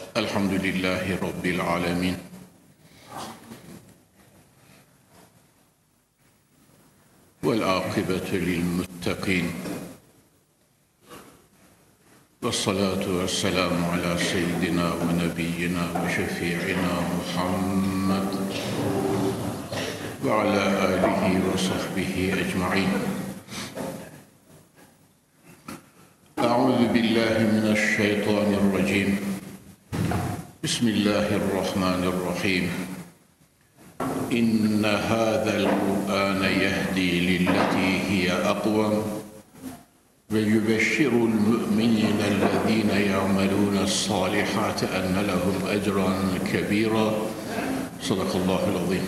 Elhamdülillahi Rabbil alemin. Vel akıbetu lil muttaqin. Ve salatu ve selamu ala seyyidina ve nebiyyina ve şefi'ina Muhammed ve ala alihi ve sahbihi ecma'in. Euzu billahi mineşşeytanirracim. Bismillahirrahmanirrahim. İnne hâzel Kur'âne yehdi lillezî hiye akvam ve yübeşşirul mü'minînellezîne ya'melûne's-sâlihâti enne lehum ecran kebîrâ. Sadakallâhul azîm.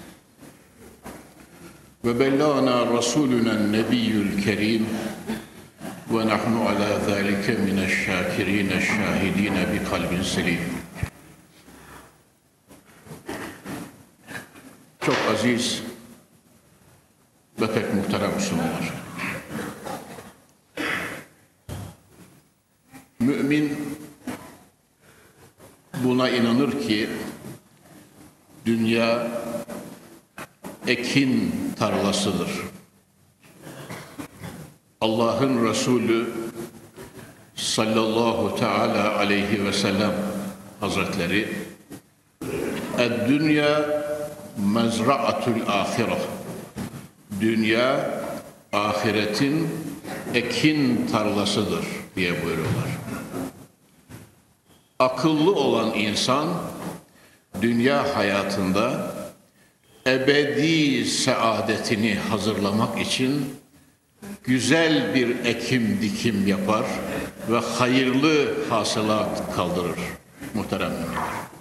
Ve bellâna rasûlünen-nebiyyül kerîm ve nahnu alâ zâlike mineşşâkirîneşşâhidîne bi kalbin selîm. Çok aziz ve pek muhterem Müslümanlar. Mümin buna inanır ki dünya ekin tarlasıdır. Allah'ın Resulü sallallahu teala aleyhi ve sellem Hazretleri "Ed-dünya mezra'atul ahire." Dünya ahiretin ekin tarlasıdır diye buyuruyorlar. Akıllı olan insan dünya hayatında ebedi saadetini hazırlamak için güzel bir ekim dikim yapar ve hayırlı hasılat kaldırır muhterem müminler.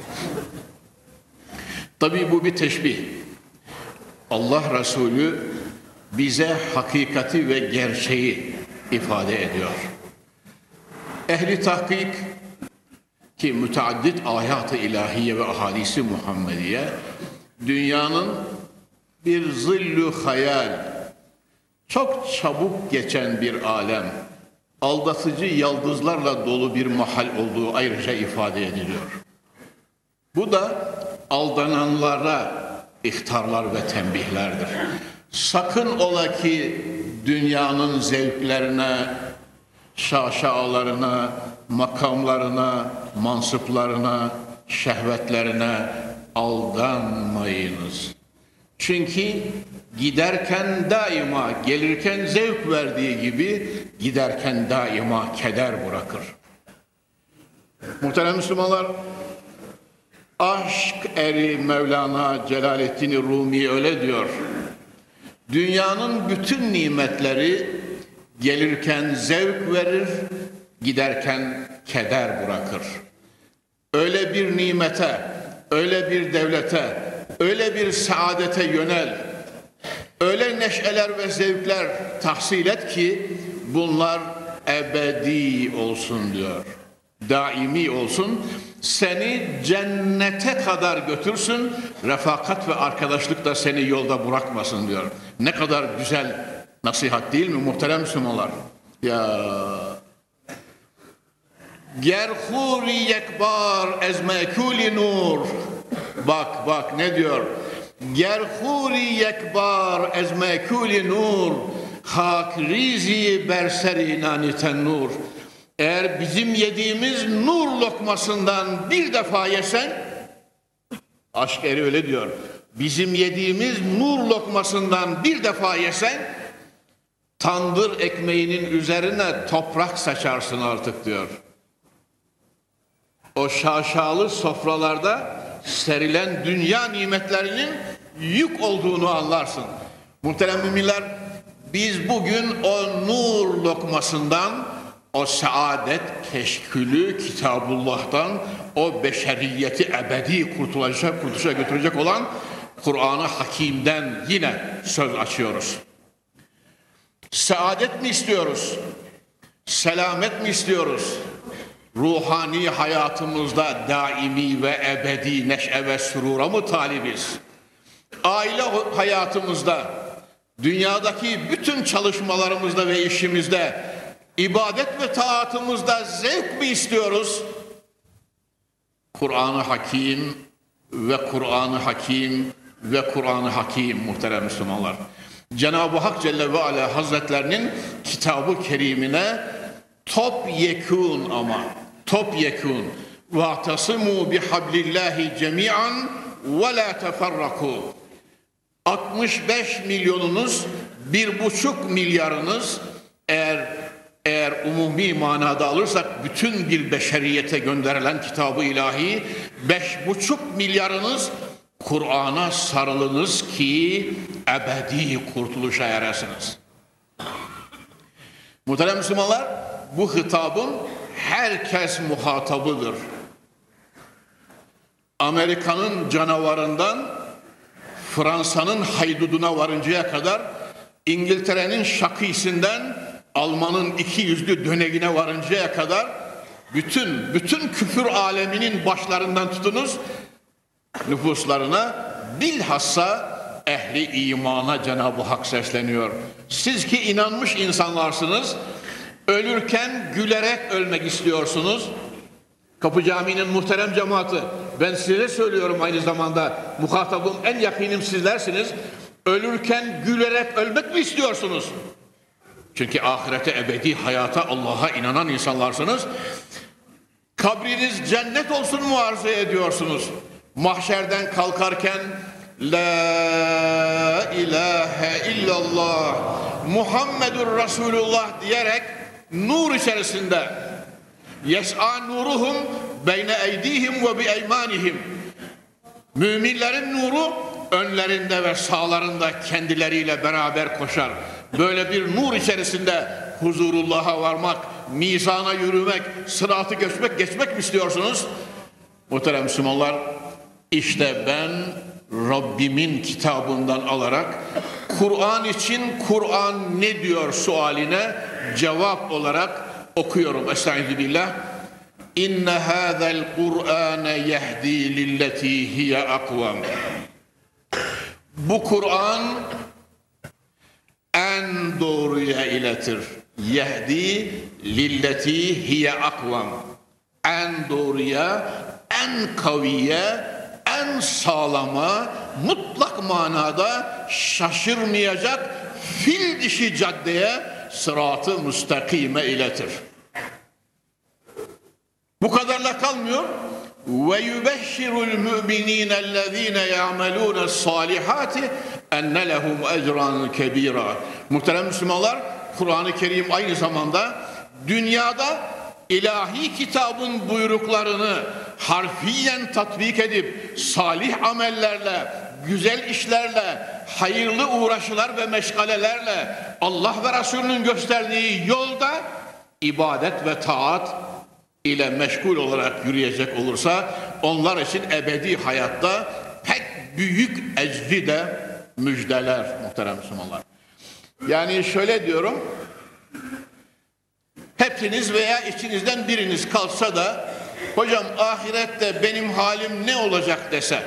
Tabii bu bir teşbih. Allah Resulü bize hakikati ve gerçeği ifade ediyor. Ehli tahkik ki müteaddit ayat-ı ilahiye ve ahadisi Muhammediye dünyanın bir zillü hayal, çok çabuk geçen bir alem, aldatıcı yıldızlarla dolu bir mahal olduğu ayrıca ifade ediliyor. Bu da aldananlara ihtarlar ve tembihlerdir. Sakın ola ki dünyanın zevklerine, şaşalarına, makamlarına, mansıplarına, şehvetlerine aldanmayınız. Çünkü giderken daima, gelirken zevk verdiği gibi giderken daima keder bırakır. Muhterem Müslümanlar, aşk eri Mevlana Celaleddin Rumi öyle diyor: dünyanın bütün nimetleri gelirken zevk verir, giderken keder bırakır. Öyle bir nimete, öyle bir devlete, öyle bir saadete yönel, öyle neşeler ve zevkler tahsil et ki bunlar ebedi olsun diyor. Daimi olsun, seni cennete kadar götürsün, refakat ve arkadaşlık da seni yolda bırakmasın diyor. Ne kadar güzel nasihat değil mi muhterem Müslümanlar? Ya gerhuri yekbar ezmekuli nur. Bak ne diyor? Gerhuri yekbar ezmekuli nur, hak rizi berseri naniten nur. Eğer bizim yediğimiz nur lokmasından bir defa yesen, aşk eri öyle diyor, bizim yediğimiz nur lokmasından bir defa yesen, tandır ekmeğinin üzerine toprak saçarsın artık diyor. O şaşalı sofralarda serilen dünya nimetlerinin yük olduğunu anlarsın. Muhterem müminler, biz bugün o nur lokmasından, o saadet keşkülü Kitabullah'tan, o beşeriyeti ebedi kurtuluşa götürecek olan Kur'an-ı Hakîm'den yine söz açıyoruz. Saadet mi istiyoruz? Selamet mi istiyoruz? Ruhani hayatımızda daimi ve ebedi neşe ve sürura mı talibiz? Aile hayatımızda, dünyadaki bütün çalışmalarımızda ve işimizde, ibadet ve taatımızda zevk mi istiyoruz? Kur'an-ı Hakim ve Kur'an-ı Hakim ve Kur'an-ı Hakim muhterem Müslümanlar. Cenab-ı Hak Celle ve Ala Hazretlerinin kitabı kerimine topyekun ama topyekun وَاَعْتَصِمُوا بِحَبْلِ اللّٰهِ جَمِيعًا وَلَا تَفَرَّقُوا 65 milyonunuz, 1,5 milyarınız eğer umumi manada alırsak bütün bir beşeriyete gönderilen kitabı ilahi 5,5 milyarınız Kur'an'a sarılınız ki ebedi kurtuluşa eresiniz. Muhterem Müslümanlar, bu hitabın herkes muhatabıdır. Amerika'nın canavarından Fransa'nın hayduduna varıncaya kadar, İngiltere'nin şakisinden Alman'ın iki yüzlü dönegine varıncaya kadar bütün küfür aleminin başlarından tutunuz nüfuslarına, bilhassa ehli imana Cenab-ı Hak sesleniyor. Siz ki inanmış insanlarsınız, ölürken gülerek ölmek istiyorsunuz. Kapı Camii'nin muhterem cemaati, ben size söylüyorum, aynı zamanda muhatabım, en yakınım sizlersiniz. Ölürken gülerek ölmek mi istiyorsunuz? Çünkü ahirete, ebedi hayata, Allah'a inanan insanlarsınız. Kabriniz cennet olsun mu arzu ediyorsunuz? Mahşerden kalkarken La ilahe illallah Muhammedur Resulullah diyerek nur içerisinde yes'a nuruhum beyne eydihim ve bi eymanihim, müminlerin nuru önlerinde ve sağlarında kendileriyle beraber koşar. Böyle bir nur içerisinde huzurullah'a varmak, mizana yürümek, sıratı geçmek mi istiyorsunuz? Muhterem Müslümanlar, işte ben Rabbimin kitabından alarak Kur'an için Kur'an ne diyor sualine cevap olarak okuyorum. Estağfirullah. İnne hâzel Kur'âne yehdi lilleti hiye akvam. Bu Kur'an en doğruya iletir. Yehdi lilleti hiye akvam. En doğruya, en kaviye, en sağlama, mutlak manada şaşırmayacak fil dişi caddeye, sırat-ı müstakime iletir. Bu kadarla kalmıyor. Ve yubeşşirul müminînellezîne ya'melûne's-sâlihâti enne lehum ecran kebîrâ. Muhterem Müslümanlar, Kur'an-ı Kerim aynı zamanda dünyada ilahi kitabın buyruklarını harfiyen tatbik edip salih amellerle, güzel işlerle, hayırlı uğraşılar ve meşgalelerle Allah ve Resulünün gösterdiği yolda ibadet ve taat ile meşgul olarak yürüyecek olursa onlar için ebedi hayatta pek büyük ecri de müjdeler muhterem Müslümanlar. Yani şöyle diyorum, hepiniz veya içinizden biriniz kalsa da hocam ahirette benim halim ne olacak dese,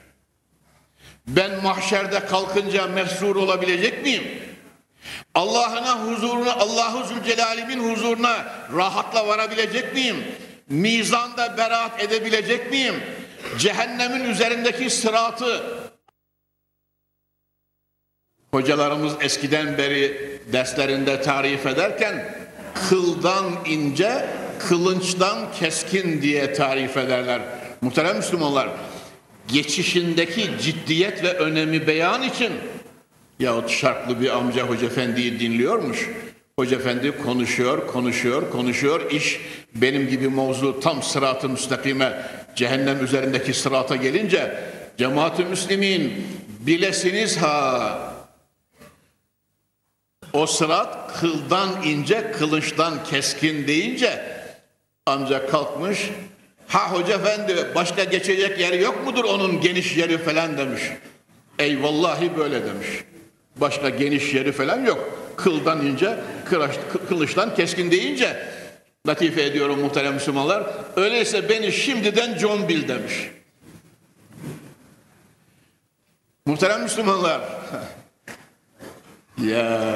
ben mahşerde kalkınca mesrur olabilecek miyim? Allah'ına huzuruna, Allahu Zülcelal'in huzuruna rahatla varabilecek miyim? Mizanda beraat edebilecek miyim? Cehennemin üzerindeki sıratı hocalarımız eskiden beri derslerinde tarif ederken kıldan ince, kılınçtan keskin diye tarif ederler. Muhterem Müslümanlar, geçişindeki ciddiyet ve önemi beyan için yahut şarklı bir amca Hoca Efendi'yi dinliyormuş. Hoca Efendi konuşuyor. İş benim gibi mevzu tam sırat-ı müstakime, cehennem üzerindeki sırata gelince cemaat-ı müslimin bilesiniz ha, o sırat kıldan ince, kılıçtan keskin deyince amca kalkmış, ha Hoca Efendi başka geçecek yeri yok mudur onun, geniş yeri falan demiş. Eyvallahi böyle demiş. Başka geniş yeri falan yok. Kıldan ince, kılıçtan keskin deyince latife ediyorum muhterem Müslümanlar. Öyleyse beni şimdiden John Bill demiş. Muhterem Müslümanlar. ya.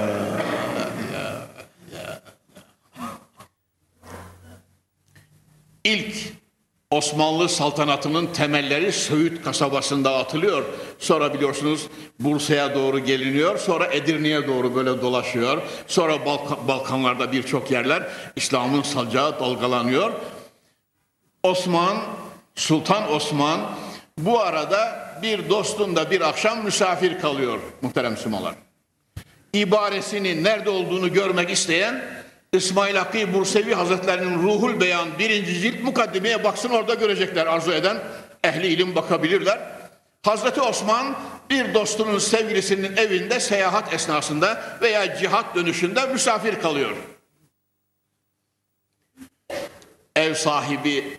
İlk Osmanlı saltanatının temelleri Söğüt kasabasında atılıyor. Sonra biliyorsunuz Bursa'ya doğru geliniyor. Sonra Edirne'ye doğru böyle dolaşıyor. Sonra Balkanlarda birçok yerler İslam'ın sancağı dalgalanıyor. Sultan Osman bu arada bir dostunda bir akşam misafir kalıyor muhterem Müslümanlar. İbaresini nerede olduğunu görmek isteyen İsmail Hakkı Bursevi Hazretlerinin Ruhul Beyan 1. cilt mukaddimeye baksın, orada görecekler, arzu eden ehli ilim bakabilirler. Hazreti Osman bir dostunun sevgilisinin evinde seyahat esnasında veya cihat dönüşünde misafir kalıyor. Ev sahibi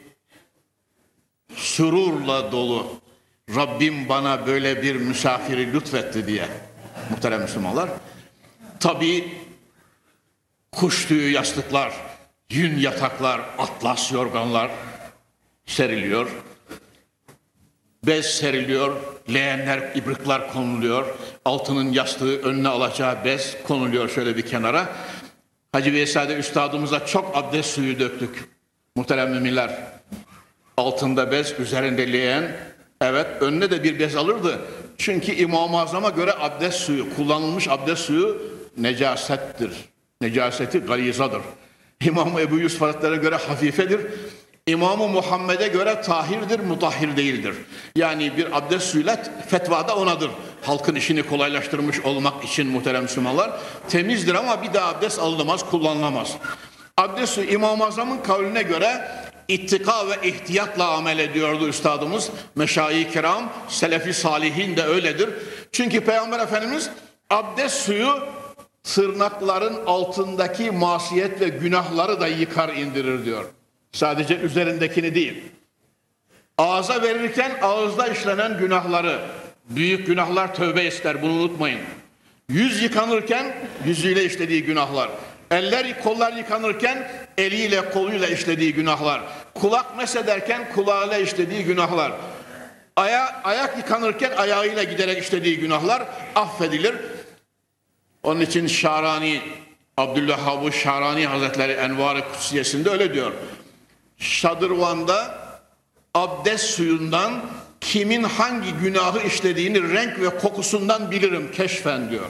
sürurla dolu, Rabbim bana böyle bir misafiri lütfetti diye muhterem Müslümanlar. Tabii kuş tüyü yastıklar, yün yataklar, atlas yorganlar seriliyor. Bez seriliyor, leğenler, ibrikler konuluyor. Altının yastığı önüne alacağı bez konuluyor şöyle bir kenara. Hacı Veysade Üstadımıza çok abdest suyu döktük muhterem müminler. Altında bez, üzerinde leğen. Evet, önüne de bir bez alırdı. Çünkü İmam-ı Azam'a göre abdest suyu, kullanılmış abdest suyu necasettir. Necaseti galizadır. İmam-ı Ebu Yusuf Hazretleri'ne göre hafifedir. İmam-ı Muhammed'e göre tahirdir, mutahhir değildir. Yani bir abdest suyuyla fetvada onadır. Halkın işini kolaylaştırmış olmak için muhterem Müslümanlar. Temizdir ama bir daha abdest alınamaz, kullanılamaz. Abdest suyu İmam-ı Azam'ın kavline göre ittika ve ihtiyatla amel ediyordu üstadımız. Meşayi kiram, selefi salihin de öyledir. Çünkü Peygamber Efendimiz abdest suyu tırnakların altındaki masiyet ve günahları da yıkar indirir diyor. Sadece üzerindekini değil. Ağza verirken ağızda işlenen günahları, büyük günahlar tövbe ister, bunu unutmayın. Yüz yıkanırken yüzüyle işlediği günahlar. Eller, kollar yıkanırken eliyle, koluyla işlediği günahlar. Kulak mesederken kulağıyla işlediği günahlar. Ayak yıkanırken ayağıyla giderek işlediği günahlar affedilir. Onun için Şarani, Abdülvehhab-ı Şarani Hazretleri Envar-ı Kutsiyesinde öyle diyor. Şadırvan'da abdest suyundan kimin hangi günahı işlediğini renk ve kokusundan bilirim keşfen diyor.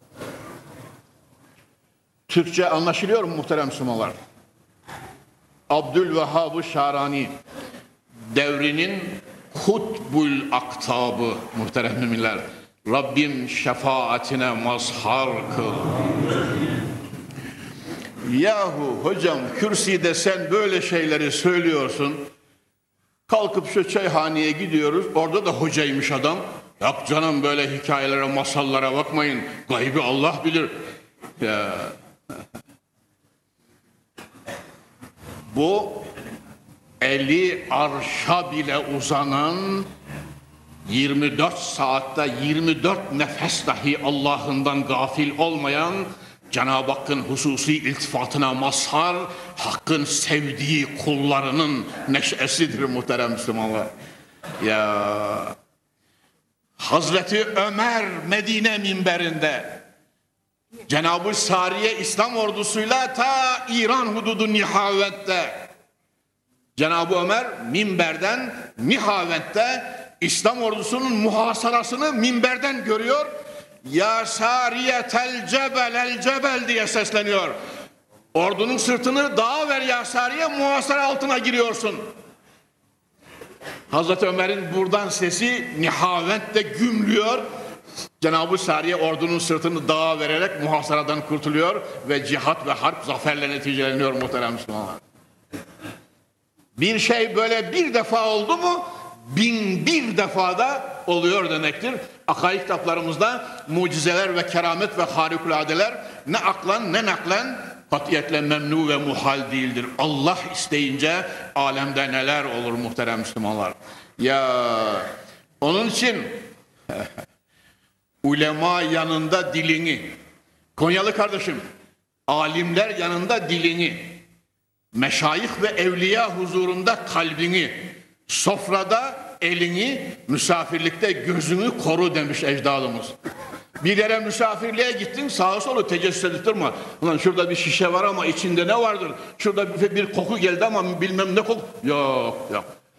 Türkçe anlaşılıyor mu muhterem Müslümanlar? Abdülvehhab-ı Şarani devrinin hutbul aktabı muhterem müminler. Rabbim şefaatine mazhar kıl. Yahu hocam kürsüde sen böyle şeyleri söylüyorsun. Kalkıp şu çayhaneye gidiyoruz. Orada da hocaymış adam. Yok canım böyle hikayelere, masallara bakmayın. Gaybi Allah bilir. Ya. Bu eli arşa bile uzanan 24 saatte 24 nefes dahi Allah'ından gafil olmayan Cenab-ı Hakk'ın hususi iltifatına mazhar, Hakk'ın sevdiği kullarının neşesidir muhterem Müslümanlar. Ya Hazreti Ömer Medine minberinde Cenab-ı Sariye İslam ordusuyla ta İran hududu Nihavent'te Cenab-ı Ömer minberden Nihavent'te İslam ordusunun muhasarasını minberden görüyor. Ya Sariyetel cebel el cebel diye sesleniyor. Ordunun sırtını dağa ver ya Sariye, muhasara altına giriyorsun. Hazreti Ömer'in buradan sesi Nihavent'te gümlüyor. Cenab-ı Sariye ordunun sırtını dağa vererek muhasaradan kurtuluyor ve cihat ve harp zaferle neticeleniyor muhterem Müslümanlar. Bir şey böyle bir defa oldu mu 1001 defada oluyor demektir. Akaid kitaplarımızda mucizeler ve keramet ve harikuladeler ne aklan ne naklen katiyetle memnu ve muhal değildir. Allah isteyince alemde neler olur muhterem Müslümanlar. Ya onun için ulema yanında dilini, Konyalı kardeşim, alimler yanında dilini, meşayih ve evliya huzurunda kalbini, sofrada elini, misafirlikte gözünü koru demiş ecdadımız. Bir yere misafirliğe gittin, sağa sola tecessüs ettirme. Ulan şurada bir şişe var ama içinde ne vardır? Şurada bir koku geldi ama bilmem ne koku. Yok yok.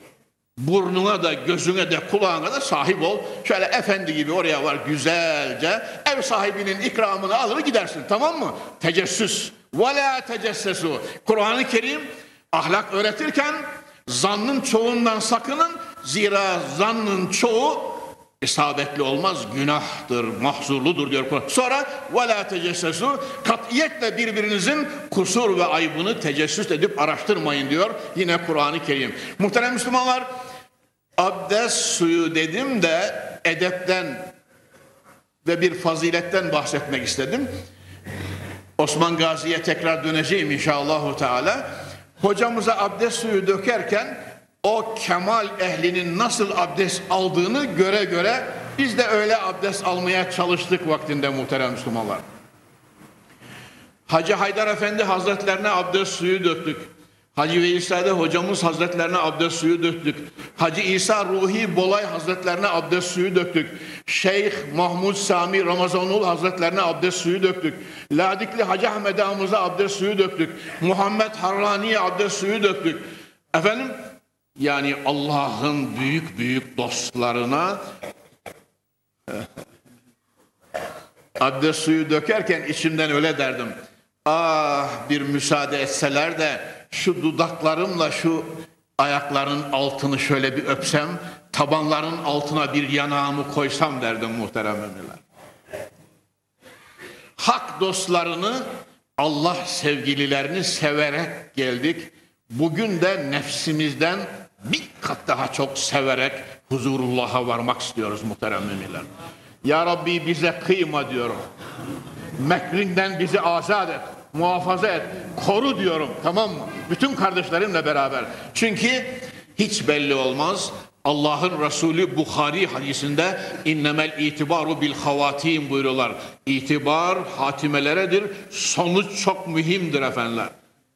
Burnuna da, gözüne de, kulağına da sahip ol. Şöyle efendi gibi oraya var güzelce. Ev sahibinin ikramını alır gidersin, tamam mı? Tecessüs. وَلَا تَجَسَّسُوا. Kur'an-ı Kerim ahlak öğretirken zannın çoğundan sakının. Zira zannın çoğu isabetli olmaz, günahtır, mahzurludur diyor Kur'an. Sonra وَلَا تَجَسَّسُوا. Katiyetle birbirinizin kusur ve aybını tecessüs edip araştırmayın diyor yine Kur'an-ı Kerim. Muhterem Müslümanlar, abdest suyu dedim de edepten ve bir faziletten bahsetmek istedim. Osman Gazi'ye tekrar döneceğim inşallahü teala. Hocamıza abdest suyu dökerken o kemal ehlinin nasıl abdest aldığını göre göre biz de öyle abdest almaya çalıştık vaktinde muhterem Müslümanlar. Hacı Haydar Efendi Hazretlerine abdest suyu döktük. Hacı Veysade hocamız Hazretlerine abdest suyu döktük. Hacı İsa Ruhi Bolay Hazretlerine abdest suyu döktük. Şeyh Mahmud Sami Ramazanul Hazretlerine abdest suyu döktük. Ladikli Hacı Ahmet Ağamıza abdest suyu döktük. Muhammed Harrani'ye abdest suyu döktük. Efendim, yani Allah'ın büyük büyük dostlarına abdest suyu dökerken içimden öyle derdim. Ah, bir müsaade etseler de şu dudaklarımla şu ayakların altını şöyle bir öpsem, tabanların altına bir yanağımı koysam derdim muhterem müminler. Hak dostlarını, Allah sevgililerini severek geldik. Bugün de nefsimizden bir kat daha çok severek huzurullah'a varmak istiyoruz muhterem müminler. Ya Rabbi bize kıyma diyorum. Mekrinden bizi azat et, muhafaza et, koru diyorum, tamam mı? Bütün kardeşlerimle beraber. Çünkü hiç belli olmaz. Allah'ın Resulü Bukhari hadisinde innemel itibaru bil havatim buyuruyorlar. İtibar hatimeleredir. Sonuç çok mühimdir efendiler.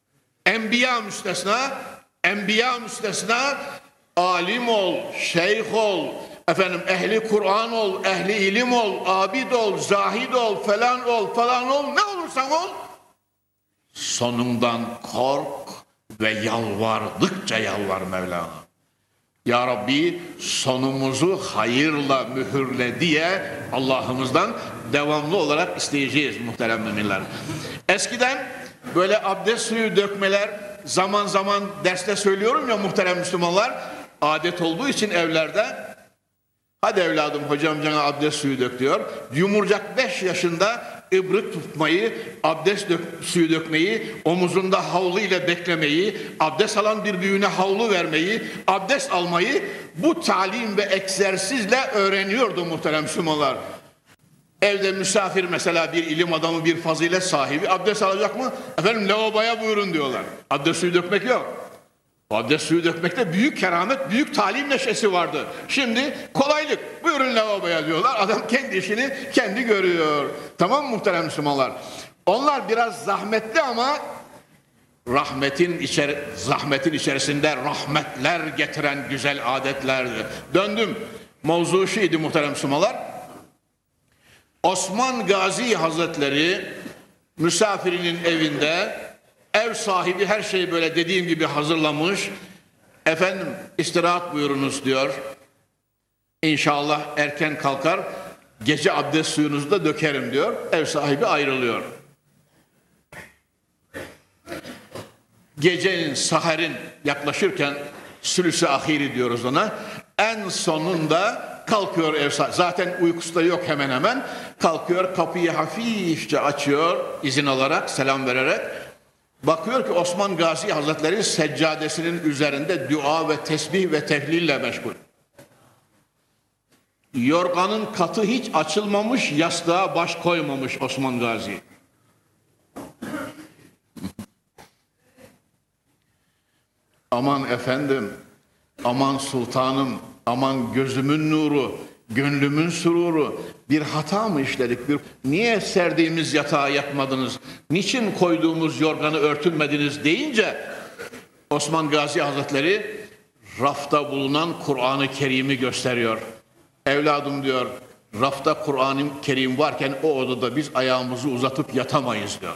Enbiya müstesna, alim ol, şeyh ol, efendim ehli Kur'an ol, ehli ilim ol, abid ol, zahid ol, falan ol, falan ol, ne olursan ol. Sonundan kork ve yalvardıkça yalvar Mevlana. Ya Rabbi sonumuzu hayırla mühürle diye Allah'ımızdan devamlı olarak isteyeceğiz muhterem müminler. Eskiden böyle abdest suyu dökmeler zaman zaman derste söylüyorum ya muhterem Müslümanlar, adet olduğu için evlerde hadi evladım hocam cana abdest suyu dök diyor. Yumurcak 5 yaşında ıbrık tutmayı, suyu dökmeyi, omuzunda havlu ile beklemeyi, abdest alan bir büyüğüne havlu vermeyi, abdest almayı bu talim ve egzersizle öğreniyordu muhterem Müslümanlar. Evde misafir mesela bir ilim adamı, bir fazilet sahibi abdest alacak mı? Efendim lavaboya buyurun diyorlar. Abdest suyu dökmek yok. Abdest suyu dökmekte büyük keramet, büyük talim neşesi vardı. Şimdi kolaylık. Buyurun lavaboya diyorlar. Adam kendi işini kendi görüyor. Tamam mı muhterem Müslümanlar? Onlar biraz zahmetli ama zahmetin içerisinde rahmetler getiren güzel adetlerdi. Döndüm. Mevzu şuydu muhterem Müslümanlar. Osman Gazi Hazretleri misafirinin evinde, ev sahibi her şeyi böyle dediğim gibi hazırlamış. Efendim istirahat buyurunuz diyor. İnşallah erken kalkar, gece abdest suyunuzu da dökerim diyor. Ev sahibi ayrılıyor. Gecenin, saherin yaklaşırken sülüs-i ahiri diyoruz ona. En sonunda kalkıyor ev sahibi. Zaten uykusu da yok hemen hemen. Kalkıyor, kapıyı hafifçe açıyor, izin alarak, selam vererek. Bakıyor ki Osman Gazi Hazretleri seccadesinin üzerinde dua ve tesbih ve tehlille meşgul. Yorganın katı hiç açılmamış, yastığa baş koymamış Osman Gazi. Aman efendim, aman sultanım, aman gözümün nuru, gönlümün sururu, bir hata mı işledik? Niye serdiğimiz yatağı yatmadınız? Niçin koyduğumuz yorganı örtünmediniz deyince Osman Gazi Hazretleri rafta bulunan Kur'an-ı Kerim'i gösteriyor. Evladım diyor, rafta Kur'an-ı Kerim varken o odada biz ayağımızı uzatıp yatamayız diyor.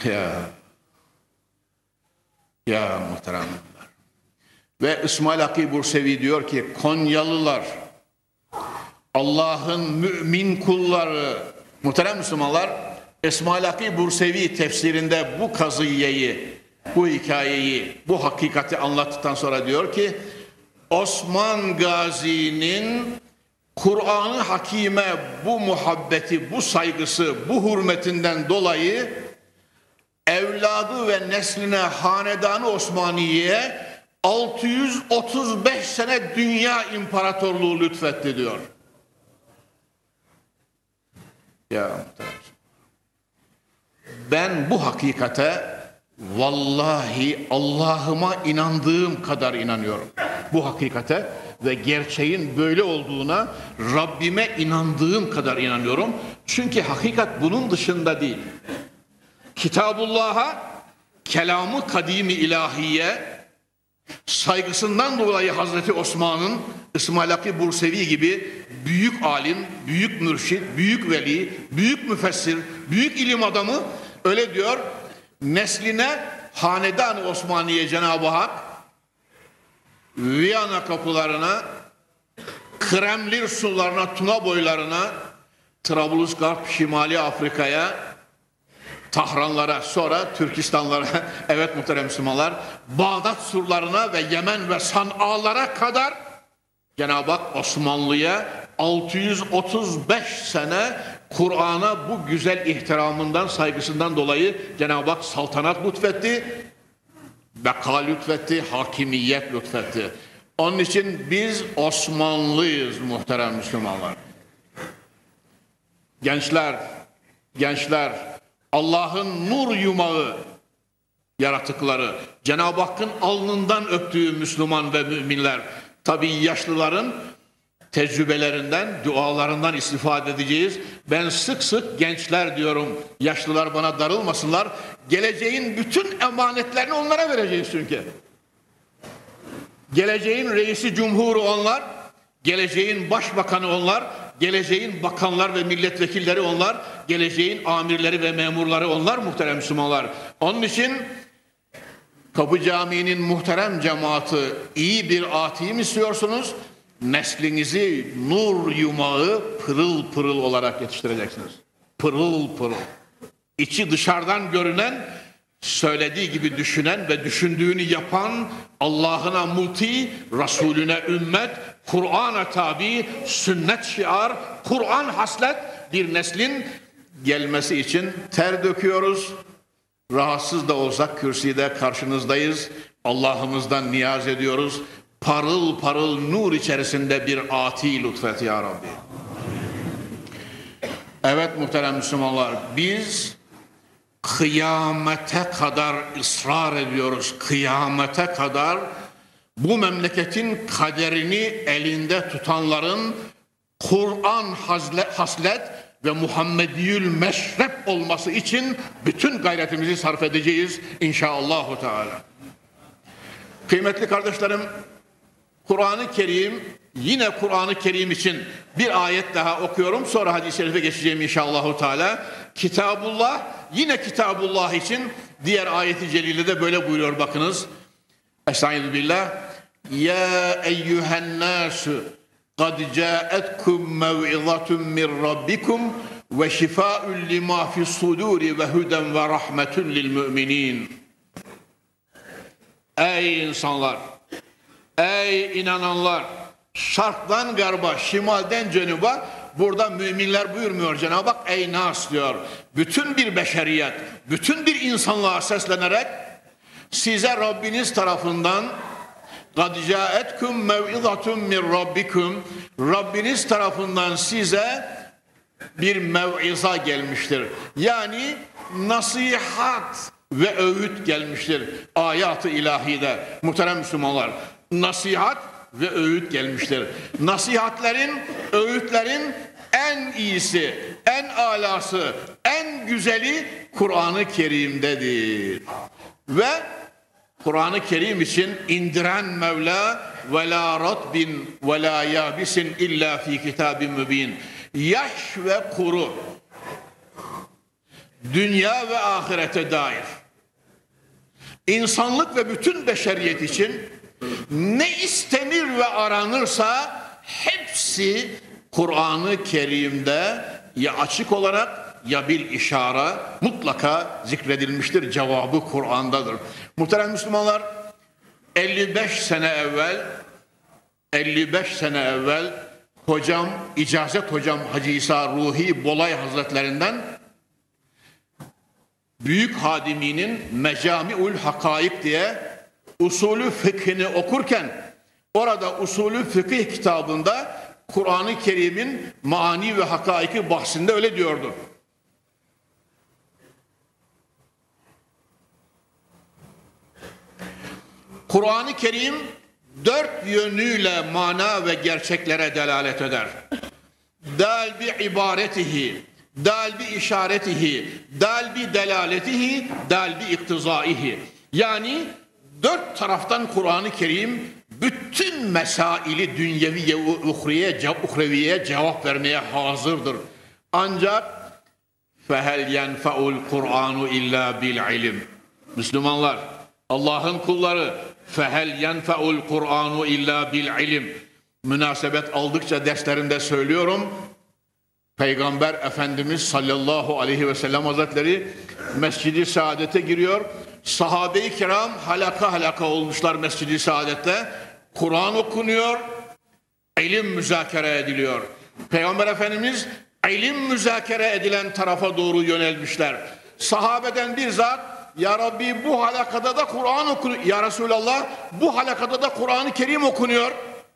Ya muhteremler. Ve İsmail Hakkı Bursevi diyor ki, Konyalılar, Allah'ın mümin kulları, muhterem Müslümanlar, İsmail Hakkı Bursevi tefsirinde bu kazıyeyi, bu hikayeyi, bu hakikati anlattıktan sonra diyor ki, Osman Gazi'nin Kur'an-ı Hakîm'e bu muhabbeti, bu saygısı, bu hürmetinden dolayı evladı ve nesline, hanedanı Osmaniye'ye 635 sene dünya imparatorluğu lütfetti diyor. Ya ben bu hakikate vallahi Allah'ıma inandığım kadar inanıyorum. Bu hakikate ve gerçeğin böyle olduğuna Rabbime inandığım kadar inanıyorum. Çünkü hakikat bunun dışında değil. Kitabullah'a, kelamı kadimi ilahiye saygısından dolayı Hazreti Osman'ın İsmail Hakkı Bursevi gibi büyük alim, büyük mürşit, büyük veli, büyük müfessir, büyük ilim adamı öyle diyor, nesline hanedan-ı Osmaniye Cenab-ı Hak Viyana kapılarına, Kremlin sularına, Tuna boylarına, Trablusgarp, Şimali Afrika'ya, Tahranlara, sonra Türkistanlara, evet muhterem Müslümanlar, Bağdat surlarına ve Yemen ve San'alara kadar Cenab-ı Hak Osmanlı'ya 635 sene Kur'an'a bu güzel ihtiramından, saygısından dolayı Cenab-ı Hak saltanat lütfetti, beka lütfetti, hakimiyet lütfetti. Onun için biz Osmanlıyız muhterem Müslümanlar. Gençler, Allah'ın nur yumağı yaratıkları, Cenab-ı Hakk'ın alnından öptüğü Müslüman ve müminler, tabii yaşlıların tecrübelerinden, dualarından istifade edeceğiz. Ben sık sık gençler diyorum, yaşlılar bana darılmasınlar. Geleceğin bütün emanetlerini onlara vereceğiz çünkü. Geleceğin reisi cumhuru onlar, geleceğin başbakanı onlar, geleceğin bakanlar ve milletvekilleri onlar, geleceğin amirleri ve memurları onlar muhterem Müslümanlar. Onun için Kapı Camii'nin muhterem cemaati, iyi bir atiği mi istiyorsunuz? Neslinizi nur yumağı pırıl pırıl olarak yetiştireceksiniz. Pırıl pırıl. İçi dışarıdan görünen, söylediği gibi düşünen ve düşündüğünü yapan, Allah'ına muti, Resulüne ümmet, Kur'an'a tabi, sünnet şiar, Kur'an haslet bir neslin gelmesi için ter döküyoruz. Rahatsız da olsak kürsüde karşınızdayız. Allah'ımızdan niyaz ediyoruz. Parıl parıl nur içerisinde bir ati lütfet ya Rabbi. Evet muhterem Müslümanlar, biz kıyamete kadar ısrar ediyoruz. Kıyamete kadar bu memleketin kaderini elinde tutanların Kur'an haslet ve Muhammediyül meşrep olması için bütün gayretimizi sarf edeceğiz inşallahü teala. Kıymetli kardeşlerim, Kur'an-ı Kerim, yine Kur'an-ı Kerim için bir ayet daha okuyorum, sonra hadis-i şerife geçeceğim inşallahü teala. Kitabullah, yine Kitabullah için diğer ayeti celilede böyle buyuruyor, bakınız. Estağfirullah. Ya eyyühen nasu قَدْ جَاءَتْكُمْ مَوْعِظَةٌ مِّنْ رَبِّكُمْ وَشِفَاءٌ لِمَا فِي الصُّدُورِ وَهُدًى وَرَحْمَةٌ لِلْمُؤْمِنِينَ. Ey insanlar, ey inananlar, şarktan garba, şimalden cenuba, burada müminler buyurmuyor Cenab-ı Hak, ey nas diyor. Bütün bir beşeriyet, bütün bir insanlığa seslenerek size Rabbiniz tarafından قَدْ جَاءَتْكُمْ مَوْعِظَةٌ مِّنْ رَبِّكُمْ, Rabbiniz tarafından size bir mev'iza gelmiştir. Yani nasihat ve öğüt gelmiştir. Ayat-ı ilahide muhterem Müslümanlar, nasihat ve öğüt gelmiştir. Nasihatlerin, öğütlerin en iyisi, en alası, en güzeli Kur'an-ı Kerim'dedir. Ve Kur'an-ı Kerim için indiren Mevla ve la ratbin ve la yabisin illa fi kitabin mübin. Yaş ve kuru, dünya ve ahirete dair, insanlık ve bütün beşeriyet için ne istenir ve aranırsa hepsi Kur'an-ı Kerim'de ya açık olarak ya bir işare mutlaka zikredilmiştir. Cevabı Kur'an'dadır. Muhterem Müslümanlar, 55 sene evvel hocam, icazet hocam Hacı İsa Ruhi Bolay Hazretlerinden Büyük Hadimi'nin Mecami'ül Hakaik diye usulü fıkhını okurken orada usulü fıkıh kitabında Kur'an-ı Kerim'in maani ve hakaiki bahsinde öyle diyordu. Kur'an-ı Kerim 4 yönüyle mana ve gerçeklere delalet eder. Dal bi ibaretihi, dal bi işaretihi, dal bi delaletihi, dal bi iktizaihi. Yani 4 taraftan Kur'an-ı Kerim bütün mesaili dünyevi ve uhreviye cevap vermeye hazırdır. Ancak fehel yenfeul Kur'anu illa bil ilim. Müslümanlar, Allah'ın kulları, fehel yenfeul Kur'anu illa bil ilim. Münasebet aldıkça derslerimde söylüyorum. Peygamber Efendimiz sallallahu aleyhi ve sellem Hazretleri Mescid-i Saadet'e giriyor. Sahabe-i kiram halaka halaka olmuşlar Mescid-i Saadet'te. Kur'an okunuyor, ilim müzakere ediliyor. Peygamber Efendimiz ilim müzakere edilen tarafa doğru yönelmişler. Sahabeden bir zat, ya Rabbi bu halakada da Kur'an okunuyor. Ya Resulallah bu halakada da Kur'an-ı Kerim okunuyor.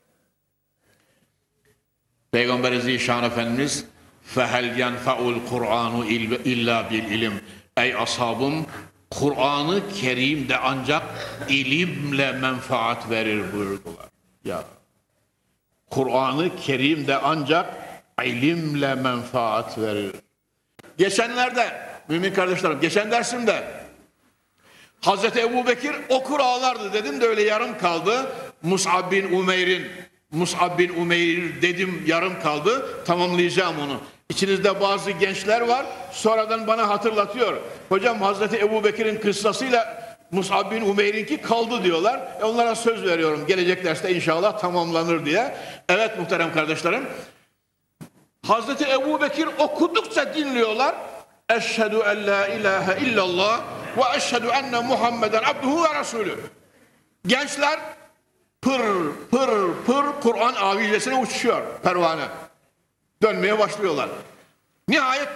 Peygamber Zişan Efendimiz fehel yenfeul Kur'anu illa bil ilim. Ey ashabım, Kur'an-ı Kerim de ancak ilimle menfaat verir buyurdular. Ya Kur'an-ı Kerim de ancak ilimle menfaat verir. Geçenlerde mümin kardeşlerim, geçen dersimde Hazreti Ebubekir okur ağlardı dedim de öyle yarım kaldı. Mus'ab bin Umeyr dedim, yarım kaldı. Tamamlayacağım onu. İçinizde bazı gençler var, sonradan bana hatırlatıyor. Hocam Hazreti Ebubekir'in kıssasıyla Mus'ab bin Umeyr'inki kaldı diyorlar. Onlara söz veriyorum gelecek derste inşallah tamamlanır diye. Evet muhterem kardeşlerim, Hazreti Ebubekir okudukça dinliyorlar. Eşhedü en la ilahe illallah ve eşhedü enne Muhammeden abduhu ve resulü. Gençler pır pır pır Kur'an avizesine uçuşuyor pervane. Dönmeye başlıyorlar. Nihayet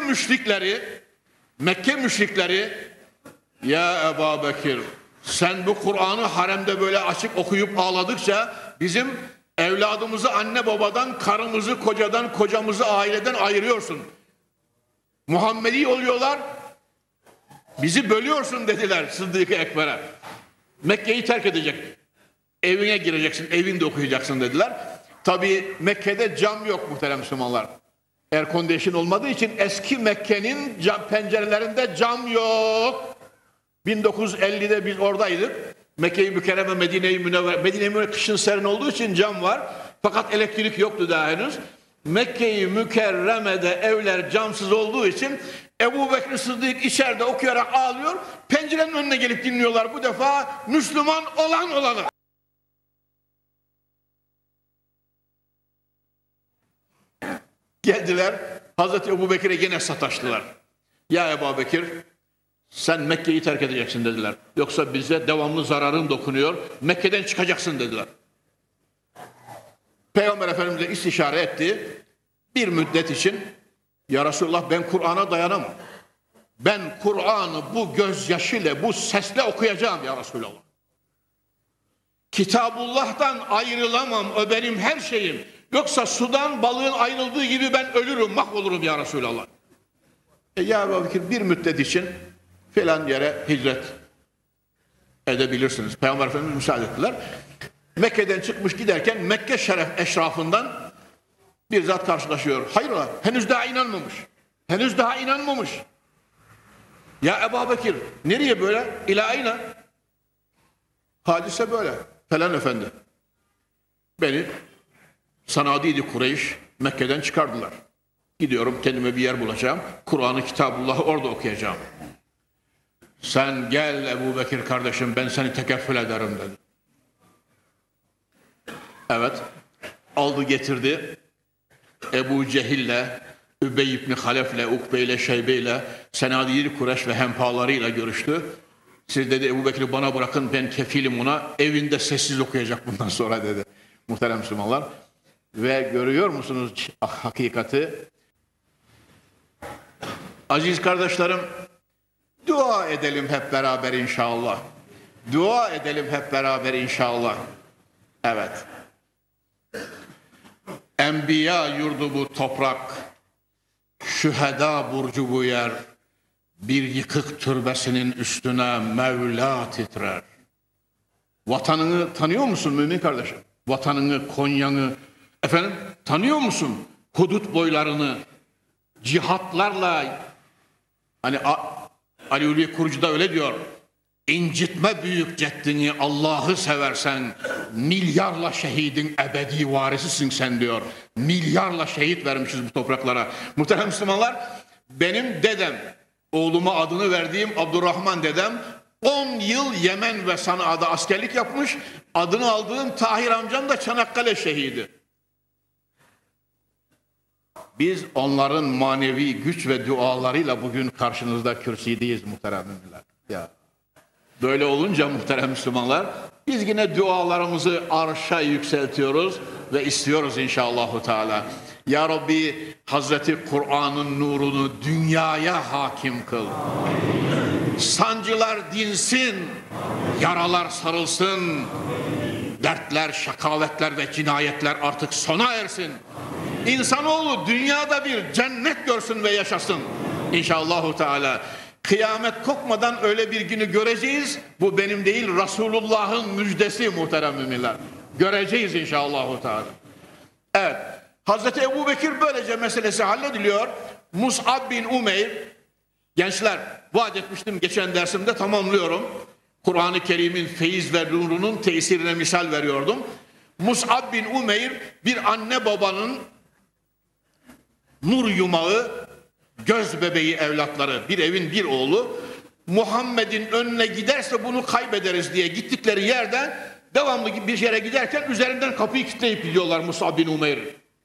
Mekke müşrikleri ya Ebu Bekir, sen bu Kur'an'ı haremde böyle açık okuyup ağladıkça bizim evladımızı anne babadan, karımızı kocadan, kocamızı aileden ayırıyorsun. Muhammedi oluyorlar, bizi bölüyorsun dediler Sıddık-ı Ekber'e. Mekke'yi terk edecek. Evine gireceksin, evinde okuyacaksın dediler. Tabii Mekke'de cam yok muhterem Müslümanlar. Air condition olmadığı için eski Mekke'nin pencerelerinde cam yok. 1950'de biz oradaydık. Mekke-i Mükerreme, Medine-i Münevvere kışın serin olduğu için cam var. Fakat elektrik yoktu daha henüz. Mekke-i Mükerreme'de evler camsız olduğu için Ebu Bekir Sıddık içeride okuyarak ağlıyor. Pencerenin önüne gelip dinliyorlar. Bu defa Müslüman olanı. Geldiler, Hazreti Ebu Bekir'e gene sataştılar. Ya Ebu Bekir, sen Mekke'yi terk edeceksin dediler. Yoksa bize devamlı zararın dokunuyor, Mekke'den çıkacaksın dediler. Peygamber Efendimiz'e istişare etti. Bir müddet için, ya Resulullah ben Kur'an'a dayanamam. Ben Kur'an'ı bu gözyaşıyla, bu sesle okuyacağım ya Resulullah. Kitabullah'tan ayrılamam, o benim her şeyim. Yoksa sudan balığın ayrıldığı gibi ben ölürüm, mahvolurum ya Resulallah. Ya Ebu Bekir bir müddet için filan yere hicret edebilirsiniz. Peygamber Efendimiz müsaade ettiler. Mekke'den çıkmış giderken Mekke eşrafından bir zat karşılaşıyor. Hayrola, henüz daha inanmamış. Ya Ebu Bekir, nereye böyle? İlâ ayna. Hadise böyle. Falan efendi. Beni Sanadîd-i Kureyş Mekke'den çıkardılar. Gidiyorum, kendime bir yer bulacağım. Kur'an-ı Kitabullah'ı orada okuyacağım. Sen gel Ebu Bekir kardeşim, ben seni tekeffül ederim dedi. Evet, aldı getirdi. Ebu Cehil'le, Übey ibn Halef'le, Ukbe'yle, Şeybe'yle, Senadiri Kureş ve hempalarıyla görüştü. Siz dedi Ebu Bekir'i bana bırakın, ben kefilim ona, evinde sessiz okuyacak bundan sonra dedi. Muhterem Müslümanlar. Ve görüyor musunuz hakikati? Aziz kardeşlerim, dua edelim hep beraber inşallah. Dua edelim hep beraber inşallah. Evet. Enbiya yurdu bu toprak, şüheda burcu bu yer, bir yıkık türbesinin üstüne Mevla titrer. Vatanını tanıyor musun mümin kardeşim? Vatanını, Konya'nı, efendim tanıyor musun? Hudut boylarını, cihatlarla, hani Ali Ulvi Kurucu da öyle diyor, incitme büyük ceddini, Allah'ı seversen, milyarla şehidin ebedi varisisin sen diyor. Milyarla şehit vermişiz bu topraklara. Muhterem Müslümanlar, benim dedem, oğluma adını verdiğim Abdurrahman dedem, 10 yıl Yemen ve Sana'da askerlik yapmış, adını aldığım Tahir amcam da Çanakkale şehidi. Biz onların manevi güç ve dualarıyla bugün karşınızda kürsüdeyiz muhterem müminler. Ya. Böyle olunca muhterem Müslümanlar, biz yine dualarımızı arşa yükseltiyoruz ve istiyoruz inşallahu teala. Ya Rabbi, Hazreti Kur'an'ın nurunu dünyaya hakim kıl. Sancılar dinsin, yaralar sarılsın, dertler, şakavetler ve cinayetler artık sona ersin. İnsanoğlu dünyada bir cennet görsün ve yaşasın inşallahu teala. Kıyamet kopmadan öyle bir günü göreceğiz. Bu benim değil, Resulullah'ın müjdesi muhterem müminler. Göreceğiz inşallahu teala. Evet, Hazreti Ebu Bekir böylece meselesi hallediliyor. Mus'ab bin Umeyr, gençler vaat etmiştim geçen dersimde, tamamlıyorum. Kur'an-ı Kerim'in feyiz ve nurunun tesirine misal veriyordum. Mus'ab bin Umeyr bir anne babanın nur yumağı, göz bebeği evlatları, bir evin bir oğlu. Muhammed'in önüne giderse bunu kaybederiz diye gittikleri yerden devamlı bir yere giderken üzerinden kapıyı kilitleyip gidiyorlar Mus'ab bin Umeyr.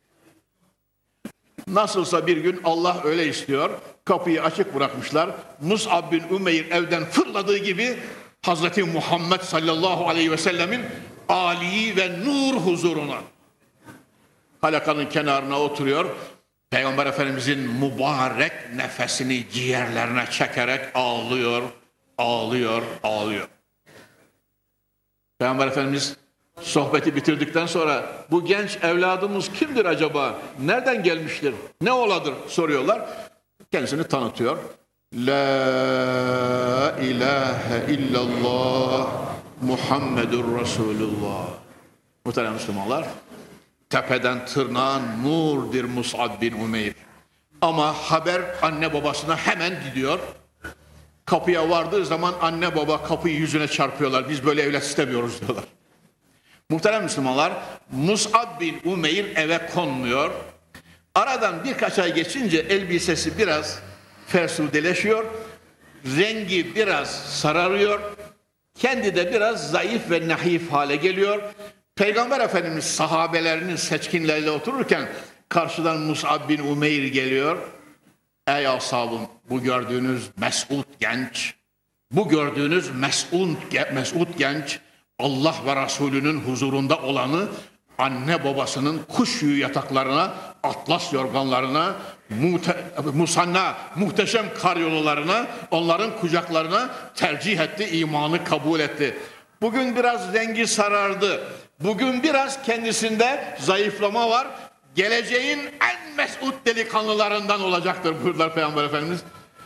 Nasılsa bir gün Allah öyle istiyor, kapıyı açık bırakmışlar. Mus'ab bin Umeyr evden fırladığı gibi Hazreti Muhammed sallallahu aleyhi ve sellemin âli ve nur huzuruna, halakanın kenarına oturuyor. Peygamber Efendimizin mübarek nefesini ciğerlerine çekerek ağlıyor, ağlıyor, ağlıyor. Peygamber Efendimiz sohbeti bitirdikten sonra bu genç evladımız kimdir acaba? Nereden gelmiştir? Ne oladır? Soruyorlar. Kendisini tanıtıyor. La ilahe illallah Muhammedur Resulullah. Muhterem Müslümanlar, tepeden tırnağa nurdir Mus'ab bin Umeyr. Ama haber anne babasına hemen gidiyor. Kapıya vardığı zaman anne baba kapıyı yüzüne çarpıyorlar. Biz böyle evlat istemiyoruz diyorlar. Muhterem Müslümanlar, Mus'ab bin Umeyr eve konmuyor. Aradan birkaç ay geçince elbisesi biraz fersudeleşiyor. Rengi biraz sararıyor. Kendi de biraz zayıf ve nahif hale geliyor. Peygamber Efendimiz sahabelerinin seçkinleriyle otururken karşıdan Mus'ab bin Umeyr geliyor. Ey ashabım, bu gördüğünüz mes'ud genç, bu gördüğünüz mes'ud genç, Allah ve Resulünün huzurunda olanı anne babasının kuş yüğü yataklarına, atlas yorganlarına, muhteşem karyolalarına, onların kucaklarına tercih etti, imanı kabul etti. Bugün biraz rengi sarardı. Bugün biraz kendisinde zayıflama var. Geleceğin en mesut delikanlılarından olacaktır buyurdular Peygamber Efendimiz.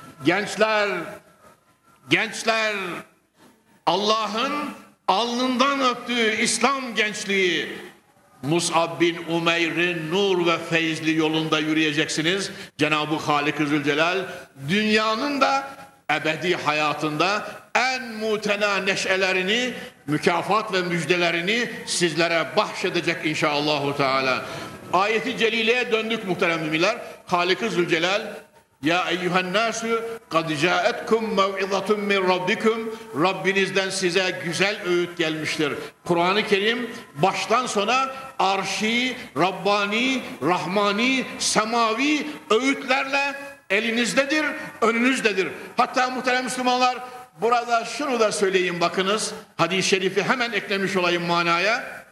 Gençler, Allah'ın alnından öptüğü İslam gençliği, Mus'ab bin Umeyr'in nur ve feyizli yolunda yürüyeceksiniz. Cenab-ı Halik-i Zülcelal dünyanın da ebedi hayatında en mutena neşelerini, mükafat ve müjdelerini sizlere bahşedecek inşallahü teala. Ayeti celileye döndük muhterem müminler. Halik-i Zülcelal ya eyyühen nasu kad caetkum mev'izatun min rabbikum, Rabbinizden size güzel öğüt gelmiştir. Kur'an-ı Kerim baştan sona arşi, Rabbani, Rahmani, semavi öğütlerle elinizdedir, önünüzdedir. Hatta muhterem Müslümanlar, burada şunu da söyleyeyim bakınız. Hadis-i şerifi hemen eklemiş olayım manaya.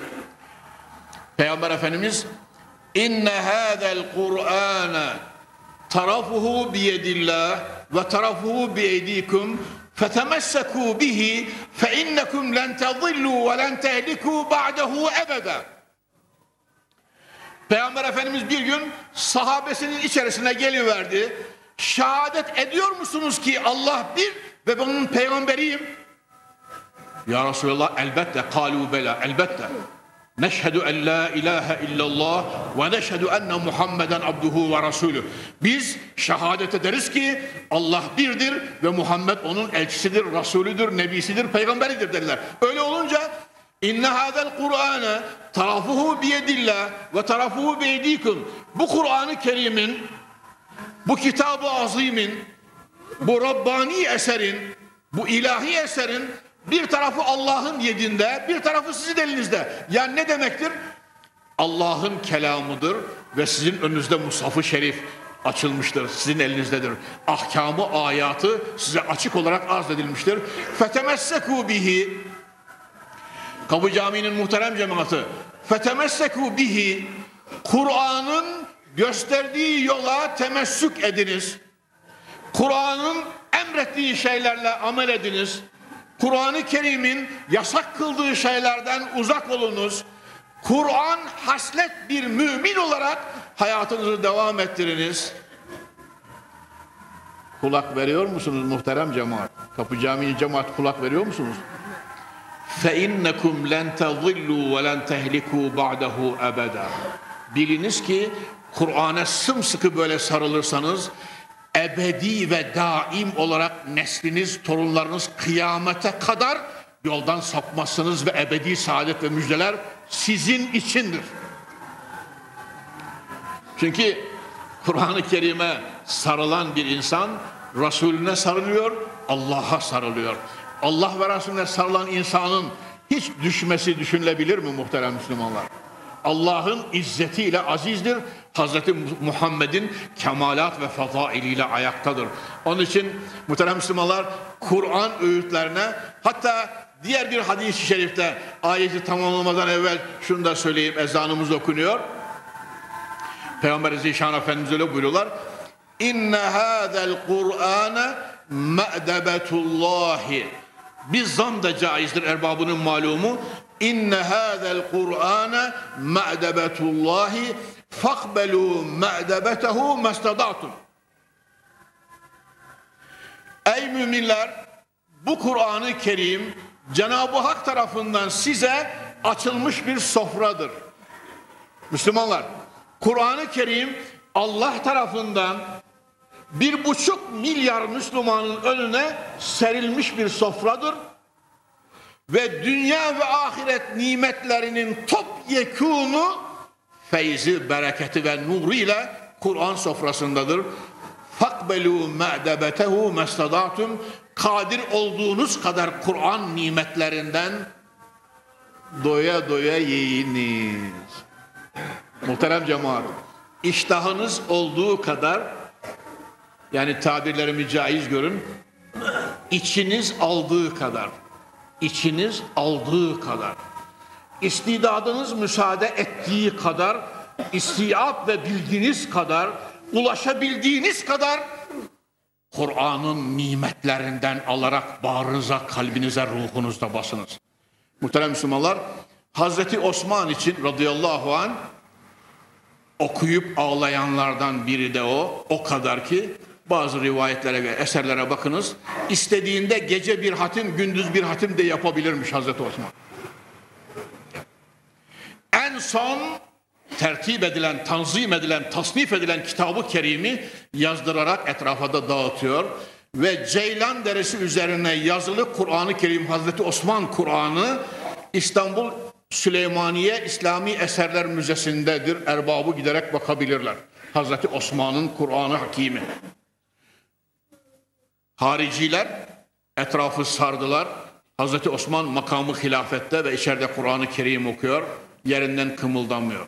Peygamber Efendimiz inne hâzel Kur'âne tarafuhu biyedillah ve tarafuhu biyedikum fetemessekû bihi fe innekum len tezillû ve len tehlikû ba'dehu ebeda. Peygamber Efendimiz bir gün sahabesinin içerisine geliverdi. Şehadet ediyor musunuz ki Allah bir ve ben onun peygamberiyim? Ya Resulallah elbette. Kâlû bela elbette. Neşhedü en la ilahe illallah ve neşhedü enne Muhammeden abduhu ve rasulü. Biz şehadet ederiz ki Allah birdir ve Muhammed onun elçisidir, rasulüdür, nebisidir, peygamberidir dediler. Öyle olunca İnne hâzel Kur'âne tarafuhu biyedillah ve tarafuhu beydikum. Bu Kur'an-ı Kerim'in, bu Kitab-ı Azim'in, bu Rabbani eserin, bu ilahi eserin bir tarafı Allah'ın yedinde, bir tarafı sizin elinizde. Yani ne demektir? Allah'ın kelamıdır ve sizin önünüzde Mushaf-ı Şerif açılmıştır, sizin elinizdedir. Ahkamı, ayatı size açık olarak arz edilmiştir. Fetemessekû bihi, Kapı Camii'nin muhterem cemaati, fetemessekû bihi, Kur'an'ın gösterdiği yola temessük ediniz. Kur'an'ın emrettiği şeylerle amel ediniz. Kur'an-ı Kerim'in yasak kıldığı şeylerden uzak olunuz. Kur'an haslet bir mümin olarak hayatınızı devam ettiriniz. Kulak veriyor musunuz muhterem cemaat? Kapı Camii cemaat, kulak veriyor musunuz? فَاِنَّكُمْ لَنْ تَظِلُّوا وَلَنْ تَهْلِكُوا بَعْدَهُ أَبَدًا. Biliniz ki Kur'an'a sımsıkı böyle sarılırsanız ebedi ve daim olarak nesliniz, torunlarınız kıyamete kadar yoldan sapmazsınız ve ebedi saadet ve müjdeler sizin içindir. Çünkü Kur'an-ı Kerim'e sarılan bir insan Resulüne sarılıyor, Allah'a sarılıyor. Allah ve Resulüne sarılan insanın hiç düşmesi düşünülebilir mi muhterem Müslümanlar? Allah'ın izzetiyle azizdir. Hazreti Muhammed'in kemalat ve fazailiyle ayaktadır. Onun için muhterem Müslümanlar, Kur'an öğütlerine, hatta diğer bir hadis-i şerifte ayeti tamamlamadan evvel şunu da söyleyeyim, ezanımız okunuyor. Peygamber Zişan Efendimiz öyle buyuruyorlar. İnne hâzel Kur'âne me'debetullâhi. Bir zam da caizdir, erbabının malumu. İnne hâzel Kur'âne me'debetullâhi fakbelû me'debetehu mestadâtum. Ey müminler, bu Kur'an-ı Kerim Cenab-ı Hak tarafından size açılmış bir sofradır. Müslümanlar, Kur'an-ı Kerim Allah tarafından 1,5 milyar Müslümanın önüne serilmiş bir sofradır ve dünya ve ahiret nimetlerinin topyekûnu feyzi, bereketi ve nuru ile Kur'an sofrasındadır. فَقْبَلُوا مَعْدَبَتَهُ مَسْتَدَاتُمْ. Kadir olduğunuz kadar Kur'an nimetlerinden doya doya yiyiniz. Muhterem cemaat, iştahınız olduğu kadar, yani tabirlerimi caiz görün, içiniz aldığı kadar, içiniz aldığı kadar, istidadınız müsaade ettiği kadar, istiyap ve bilginiz kadar, ulaşabildiğiniz kadar Kur'an'ın nimetlerinden alarak bağrınıza, kalbinize, ruhunuza basınız. Muhterem Müslümanlar, Hazreti Osman için radıyallahu anh okuyup ağlayanlardan biri de o. O kadar ki bazı rivayetlere ve eserlere bakınız, istediğinde gece bir hatim, gündüz bir hatim de yapabilirmiş Hazreti Osman. En son tertip edilen, tanzim edilen, tasnif edilen Kitab-ı Kerim'i yazdırarak etrafa da dağıtıyor ve Ceylan Deresi üzerine yazılı Kur'an-ı Kerim, Hazreti Osman Kur'an'ı İstanbul Süleymaniye İslami Eserler Müzesi'ndedir. Erbabı giderek bakabilirler. Hazreti Osman'ın Kur'an-ı Hakimi. Hariciler etrafı sardılar. Hazreti Osman makamı hilafette ve içeride Kur'an-ı Kerim okuyor. Yerinden kımıldamıyor.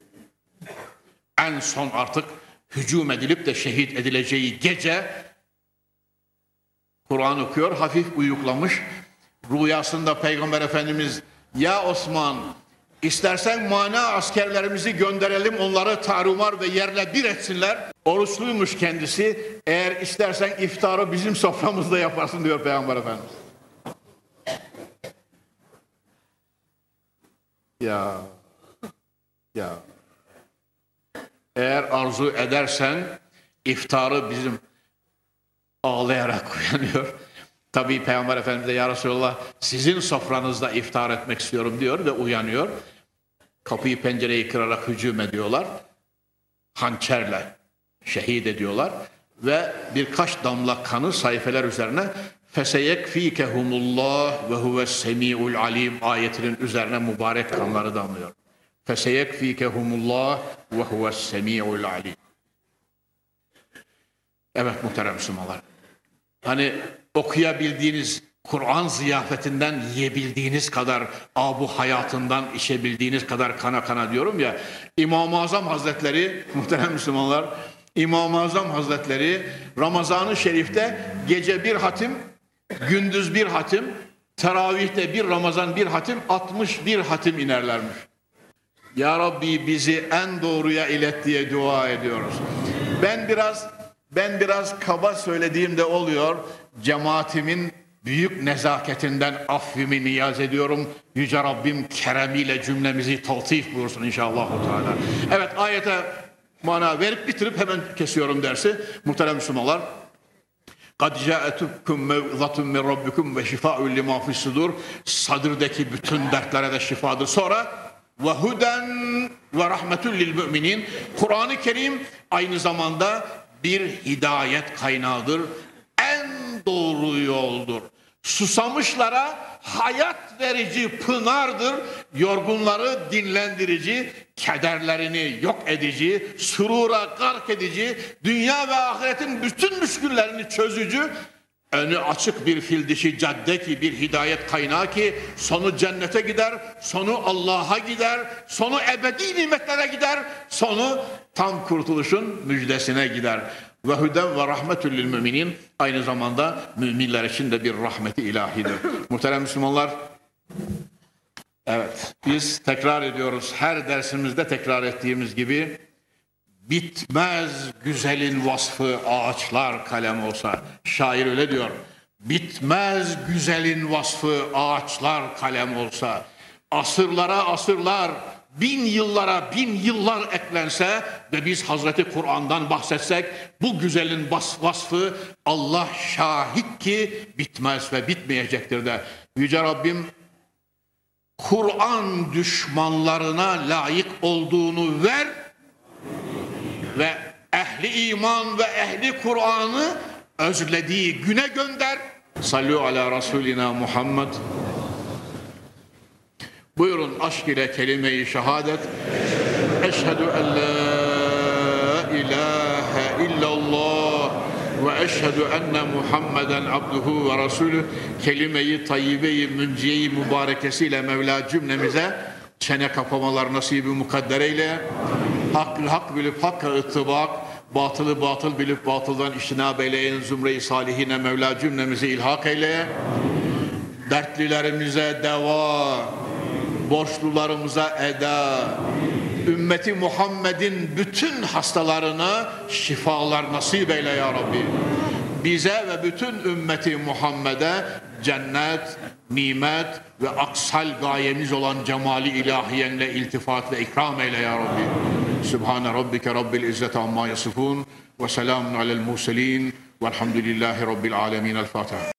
En son artık hücum edilip de şehit edileceği gece Kur'an okuyor. Hafif uyuklamış. Rüyasında Peygamber Efendimiz, ya Osman, İstersen mana askerlerimizi gönderelim, onları tarumar ve yerle bir etsinler. Oruçluymuş kendisi. Eğer istersen iftarı bizim soframızda yaparsın diyor Peygamber Efendimiz. Ya. Eğer arzu edersen iftarı bizim, ağlayarak uyanıyor. Tabii Peygamber Efendimiz de ya Resulallah sizin sofranızda iftar etmek istiyorum diyor ve uyanıyor. Kapıyı pencereyi kırarak hücum ediyorlar. Hançerle şehit ediyorlar. Ve birkaç damla kanı sayfeler üzerine feseyekfikehumullah ve huves-semi'ul alim ayetinin üzerine mübarek kanları damlıyor. Feseyekfikehumullah ve huves-semi'ul alim. Evet muhterem Müslümanlar. Hani okuyabildiğiniz, Kur'an ziyafetinden yiyebildiğiniz kadar, abu hayatından içebildiğiniz kadar kana kana diyorum ya. İmam-ı Azam Hazretleri, muhterem Müslümanlar, İmam-ı Azam Hazretleri Ramazan-ı Şerif'te gece bir hatim, gündüz bir hatim, teravihte bir Ramazan bir hatim, 61 hatim inerlermiş. Ya Rabbi bizi en doğruya ilet diye dua ediyoruz. Ben biraz kaba söylediğimde oluyor. Cemaatimin büyük nezaketinden affimi niyaz ediyorum. Yüce Rabbim keremiyle cümlemizi taltif buyursun inşallah. Evet, ayete mana verip bitirip hemen kesiyorum dersi. Muhterem Müslümanlar. قَدْ جَاءَتُكُمْ مَوْعِظَةٌ مِنْ رَبِّكُمْ وَشِفَاءٌ لِمَا فِي الصُّدُورِ Sadırdaki bütün dertlere de şifadır. Sonra وَهُدًا وَرَحْمَةٌ لِلْمُؤْمِنِينَ Kur'an-ı Kerim aynı zamanda bir hidayet kaynağıdır. En doğru yoldur. Susamışlara hayat verici pınardır. Yorgunları dinlendirici, kederlerini yok edici, surura gark edici, dünya ve ahiretin bütün müşküllerini çözücü, önü açık bir fil dişi cadde ki, bir hidayet kaynağı ki, sonu cennete gider, sonu Allah'a gider, sonu ebedi nimetlere gider, sonu tam kurtuluşun müjdesine gider. Ve huden ve rahmetül lil müminin aynı zamanda müminler için de bir rahmeti ilahidir. Muhterem Müslümanlar, evet biz tekrar ediyoruz, her dersimizde tekrar ettiğimiz gibi, bitmez güzelin vasfı ağaçlar kalem olsa. Şair öyle diyor. Bitmez güzelin vasfı ağaçlar kalem olsa. Asırlara asırlar, bin yıllara bin yıllar eklense ve biz Hazreti Kur'an'dan bahsetsek, bu güzelin vasfı Allah şahit ki bitmez ve bitmeyecektir de. Yüce Rabbim Kur'an düşmanlarına layık olduğunu ver ve ehli iman ve ehli Kur'an'ı özlediği güne gönder. Sallu ala Resulina Muhammed. Buyurun aşk ile kelime-i şehadet. Eşhedü en la ilahe illallah ve eşhedü enne Muhammeden abduhu ve rasulü. Kelime-i tayyibe-i münciye-i mübarekesiyle Mevla cümlemize çene kapamalar nasibi mukadder eyle. Hakkı hak bilip hakka ıttibak, batılı batıl bilip batıldan iştinab eyleyen zümre-i salihine Mevla cümlemizi ilhak eyle. Dertlilerimize deva, borçlularımıza eda, ümmeti Muhammed'in bütün hastalarına şifalar nasip eyle ya Rabbi. Bize ve bütün ümmeti Muhammed'e cennet, nimet ve aksal gayemiz olan cemali ilahiyenle iltifat ve ikram eyle ya Rabbi. Sübhane Rabbike Rabbil İzzeti amma yasifun ve selamun alel murselin velhamdülillahi Rabbil alemin. El Fatiha.